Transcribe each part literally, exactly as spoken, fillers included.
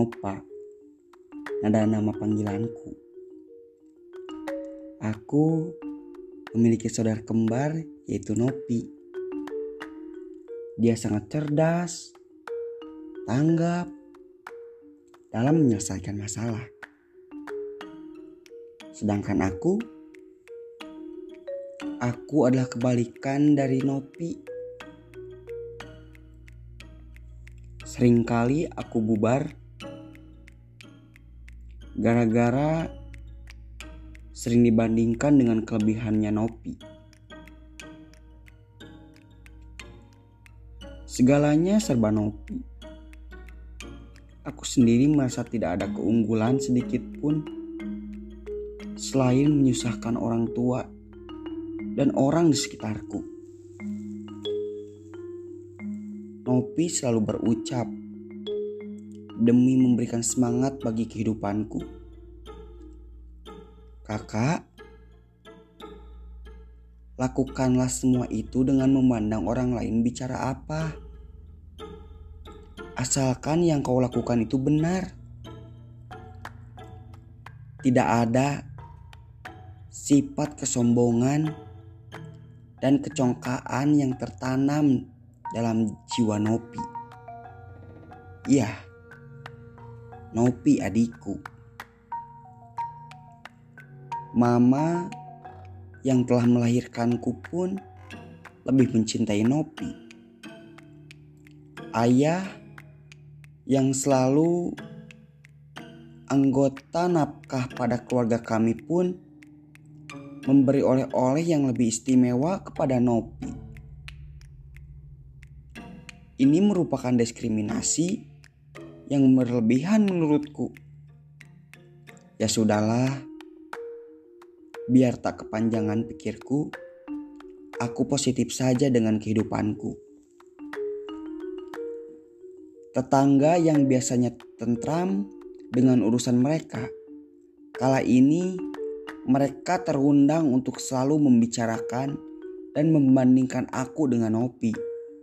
Nopa, nada nama panggilanku. Aku memiliki saudara kembar yaitu Nopi. Dia sangat cerdas, tanggap dalam menyelesaikan masalah. Sedangkan aku, aku adalah kebalikan dari Nopi. Seringkali aku bubar gara-gara sering dibandingkan dengan kelebihannya Nopi. Segalanya serba Nopi. Aku sendiri merasa tidak ada keunggulan sedikit pun selain menyusahkan orang tua dan orang di sekitarku. Nopi selalu berucap demi memberikan semangat bagi kehidupanku. Kakak, lakukanlah semua itu dengan memandang orang lain bicara apa. Asalkan yang kau lakukan itu benar. Tidak ada sifat kesombongan dan kecongkaan yang tertanam dalam jiwa Nopi. Iya, Nopi adikku. Mama yang telah melahirkanku pun lebih mencintai Nopi. Ayah yang selalu anggota nafkah pada keluarga kami pun memberi oleh-oleh yang lebih istimewa kepada Nopi. Ini merupakan diskriminasi yang berlebihan menurutku. Ya sudahlah, biar tak kepanjangan pikirku, aku positif saja dengan kehidupanku. Tetangga yang biasanya tentram dengan urusan mereka, kala ini mereka terundang untuk selalu membicarakan dan membandingkan aku dengan Nopi.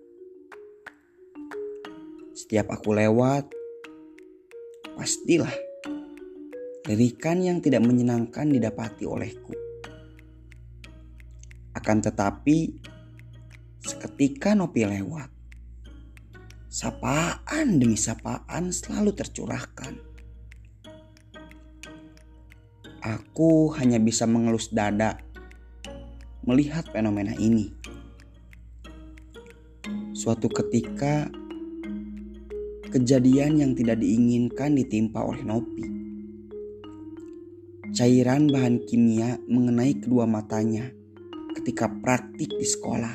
Setiap aku lewat, pastilah lirikan yang tidak menyenangkan didapati olehku. Akan tetapi, seketika Nopi lewat, sapaan demi sapaan selalu tercurahkan. Aku hanya bisa mengelus dada melihat fenomena ini. Suatu ketika, kejadian yang tidak diinginkan ditimpa oleh Nopi. Cairan bahan kimia mengenai kedua matanya ketika praktik di sekolah.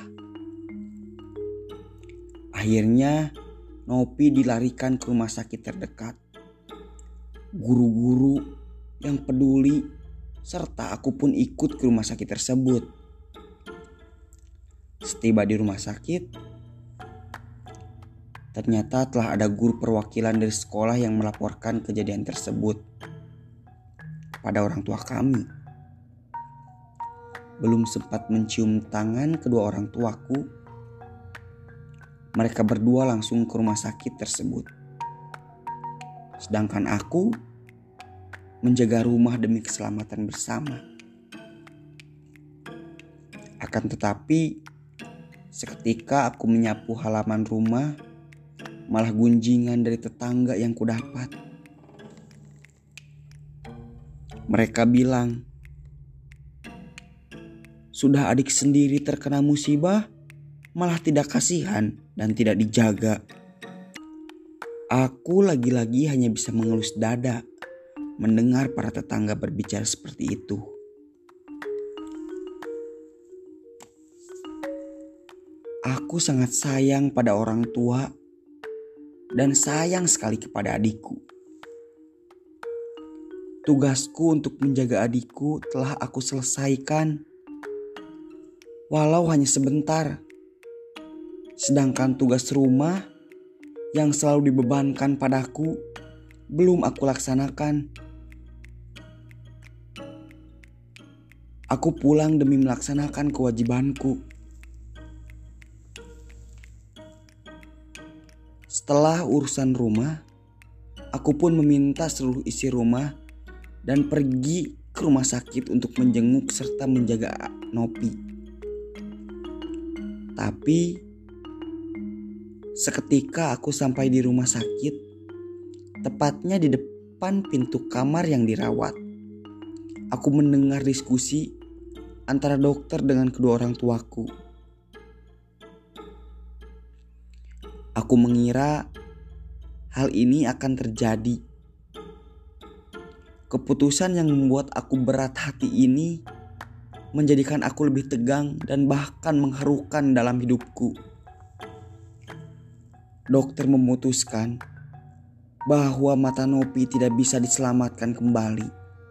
Akhirnya Nopi dilarikan ke rumah sakit terdekat. Guru-guru yang peduli serta aku pun ikut ke rumah sakit tersebut. Setiba di rumah sakit, ternyata telah ada guru perwakilan dari sekolah yang melaporkan kejadian tersebut pada orang tua kami. Belum sempat mencium tangan kedua orang tuaku, mereka berdua langsung ke rumah sakit tersebut. Sedangkan aku menjaga rumah demi keselamatan bersama. Akan tetapi, seketika aku menyapu halaman rumah, malah gunjingan dari tetangga yang kudapat. Mereka bilang, sudah adik sendiri terkena musibah, malah tidak kasihan dan tidak dijaga. Aku lagi-lagi hanya bisa mengelus dada mendengar para tetangga berbicara seperti itu. Aku sangat sayang pada orang tua dan sayang sekali kepada adikku. Tugasku untuk menjaga adikku telah aku selesaikan, walau hanya sebentar. Sedangkan tugas rumah yang selalu dibebankan padaku belum aku laksanakan. Aku pulang demi melaksanakan kewajibanku. Setelah urusan rumah, aku Aku pun meminta seluruh isi rumah dan pergi ke rumah sakit untuk menjenguk serta menjaga Nopi. Tapi seketika aku sampai di rumah sakit, tepatnya di depan pintu kamar yang dirawat, aku mendengar diskusi antara dokter dengan kedua orang tuaku. Aku mengira hal ini akan terjadi. Keputusan yang membuat aku berat hati ini menjadikan aku lebih tegang dan bahkan mengharukan dalam hidupku. Dokter memutuskan bahwa mata Nopi tidak bisa diselamatkan kembali,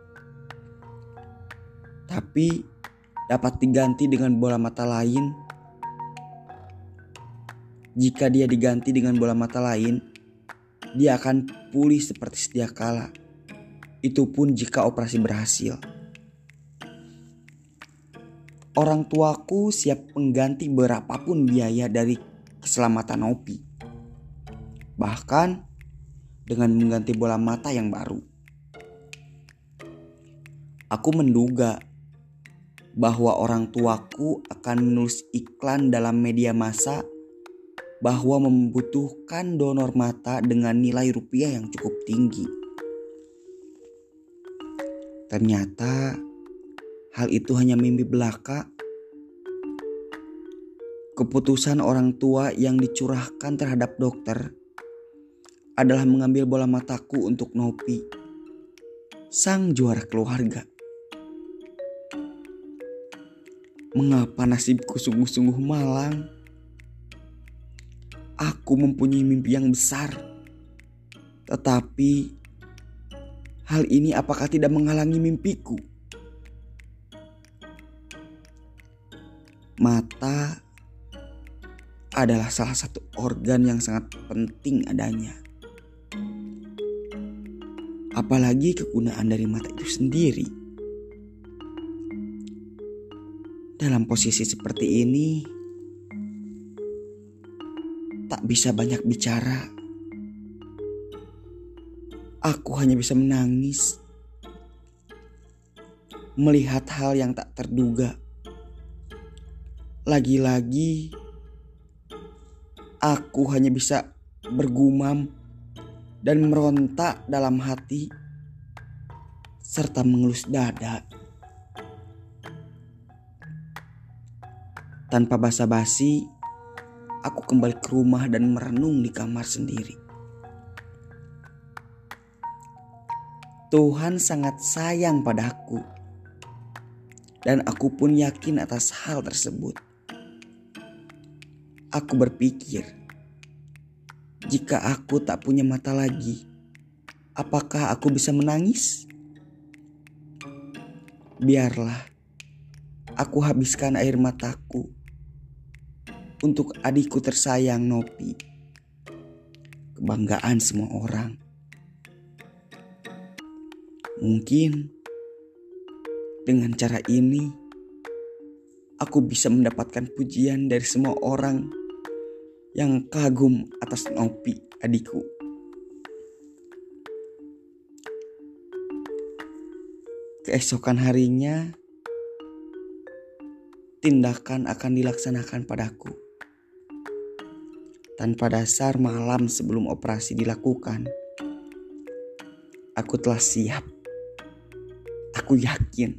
tapi dapat diganti dengan bola mata lain. Jika dia diganti dengan bola mata lain, dia akan pulih seperti sedia kala. Itu pun jika operasi berhasil. Orang tuaku siap mengganti berapapun biaya dari keselamatan Nopi. Bahkan dengan mengganti bola mata yang baru. Aku menduga bahwa orang tuaku akan menulis iklan dalam media massa bahwa membutuhkan donor mata dengan nilai rupiah yang cukup tinggi. Ternyata hal itu hanya mimpi belaka. Keputusan orang tua yang dicurahkan terhadap dokter adalah mengambil bola mataku untuk Nopi, sang juara keluarga. Mengapa nasibku sungguh-sungguh malang? Aku mempunyai mimpi yang besar, tetapi hal ini apakah tidak menghalangi mimpiku? Mata adalah salah satu organ yang sangat penting adanya. Apalagi kegunaan dari mata itu sendiri. Dalam posisi seperti ini, tak bisa banyak bicara. Aku hanya bisa menangis, melihat hal yang tak terduga. Lagi-lagi, aku hanya bisa bergumam dan meronta dalam hati, serta mengelus dada. Tanpa basa-basi, aku kembali ke rumah dan merenung di kamar sendiri. Tuhan sangat sayang padaku, dan aku pun yakin atas hal tersebut. Aku berpikir, jika aku tak punya mata lagi, apakah aku bisa menangis? Biarlah aku habiskan air mataku untuk adikku tersayang Nopi, kebanggaan semua orang. Mungkin dengan cara ini aku bisa mendapatkan pujian dari semua orang yang kagum atas Nopi, adikku. Keesokan harinya, tindakan akan dilaksanakan padaku. Tanpa dasar malam sebelum operasi dilakukan, aku telah siap. Aku yakin.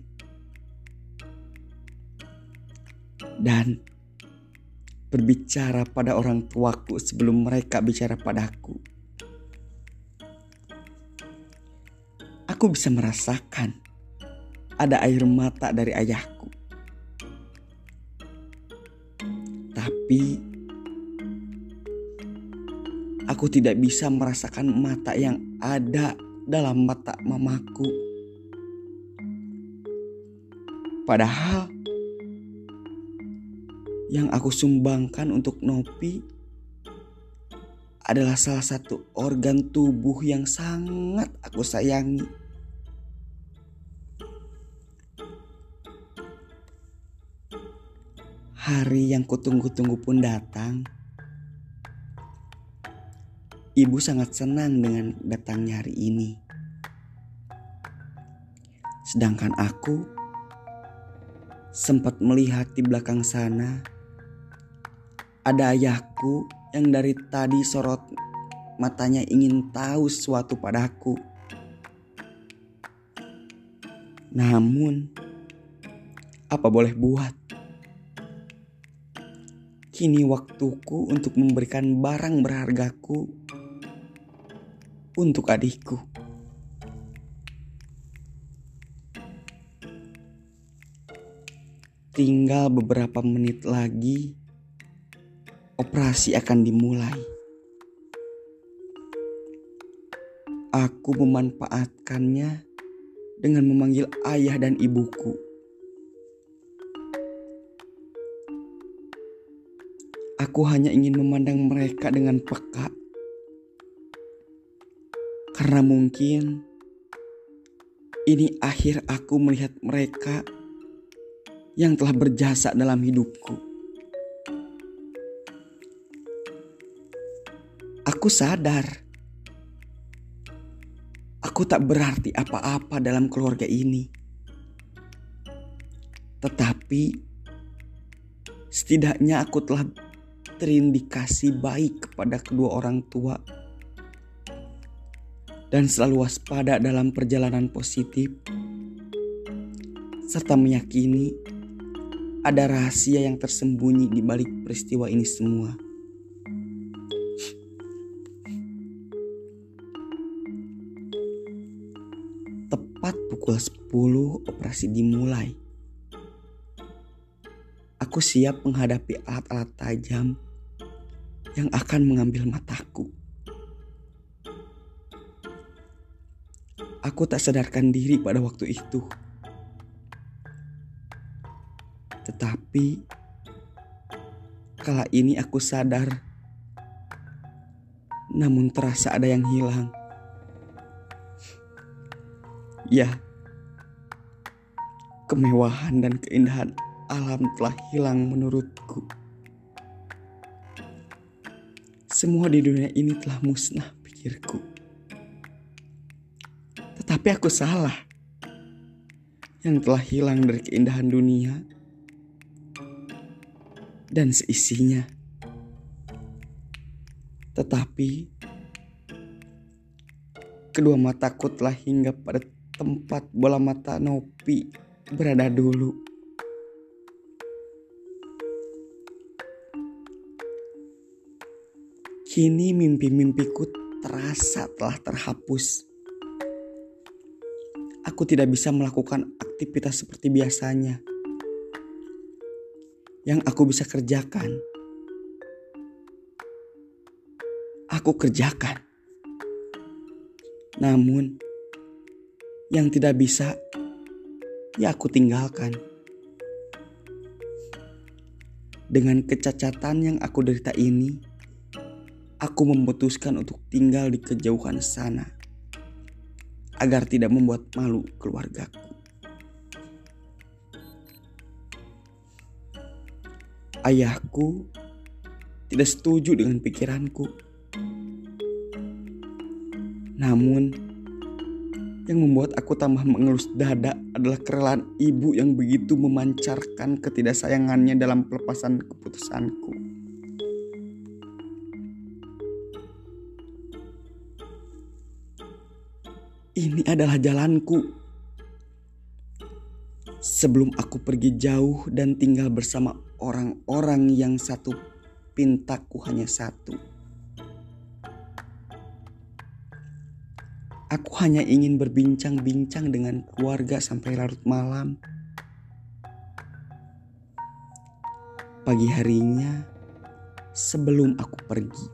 Dan berbicara pada orang tuaku sebelum mereka bicara padaku. Aku bisa merasakan ada air mata dari ayahku. Tapi aku tidak bisa merasakan mata yang ada dalam mata mamaku. Padahal yang aku sumbangkan untuk Nopi adalah salah satu organ tubuh yang sangat aku sayangi. Hari yang kutunggu-tunggu pun datang. Ibu sangat senang dengan datangnya hari ini. Sedangkan aku sempat melihat di belakang sana ada ayahku yang dari tadi sorot matanya ingin tahu sesuatu padaku. Namun, apa boleh buat? Kini waktuku untuk memberikan barang berhargaku untuk adikku. Tinggal beberapa menit lagi, operasi akan dimulai. Aku memanfaatkannya dengan memanggil ayah dan ibuku. Aku hanya ingin memandang mereka dengan peka. Karena mungkin ini akhir aku melihat mereka yang telah berjasa dalam hidupku. Aku sadar aku tak berarti apa-apa dalam keluarga ini. Tetapi setidaknya aku telah terindikasi baik kepada kedua orang tua dan selalu waspada dalam perjalanan positif, serta meyakini ada rahasia yang tersembunyi di balik peristiwa ini semua. Tepat pukul sepuluh operasi dimulai. Aku siap menghadapi alat-alat tajam yang akan mengambil mataku. Aku tak sadarkan diri pada waktu itu. Tetapi kala ini aku sadar, namun terasa ada yang hilang. Ya, kemewahan dan keindahan alam telah hilang menurutku. Semua di dunia ini telah musnah, pikirku. Tetapi aku salah. Yang telah hilang dari keindahan dunia dan seisinya. Tetapi kedua mataku telah hinggap pada tempat bola mata Nopi berada dulu. Kini mimpi-mimpiku terasa telah terhapus. Aku tidak bisa melakukan aktivitas seperti biasanya. Yang aku bisa kerjakan, aku kerjakan. Namun, yang tidak bisa, ya aku tinggalkan. Dengan kecacatan yang aku derita ini, aku memutuskan untuk tinggal di kejauhan sana, agar tidak membuat malu keluargaku. Ayahku tidak setuju dengan pikiranku. Namun, yang membuat aku tambah mengelus dada adalah kerelaan ibu yang begitu memancarkan ketidaksayangannya dalam pelepasan keputusanku. Ini adalah jalanku. Sebelum aku pergi jauh dan tinggal bersama orang-orang yang satu pintaku hanya satu. Aku hanya ingin berbincang-bincang dengan keluarga sampai larut malam. Pagi harinya, sebelum aku pergi,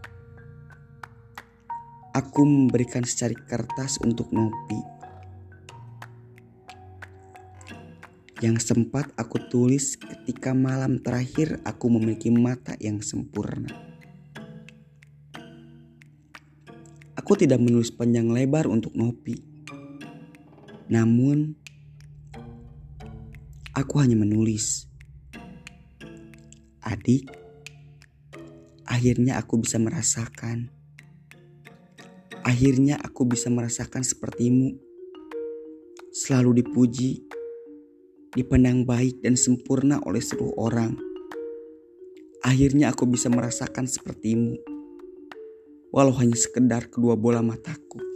aku memberikan secari kertas untuk Nopi yang sempat aku tulis ketika malam terakhir aku memiliki mata yang sempurna. Aku tidak menulis panjang lebar untuk Nopi. Namun, aku hanya menulis, "Adik, akhirnya aku bisa merasakan Akhirnya aku bisa merasakan sepertimu, selalu dipuji, dipandang baik dan sempurna oleh seluruh orang. Akhirnya aku bisa merasakan sepertimu, walau hanya sekedar kedua bola mataku.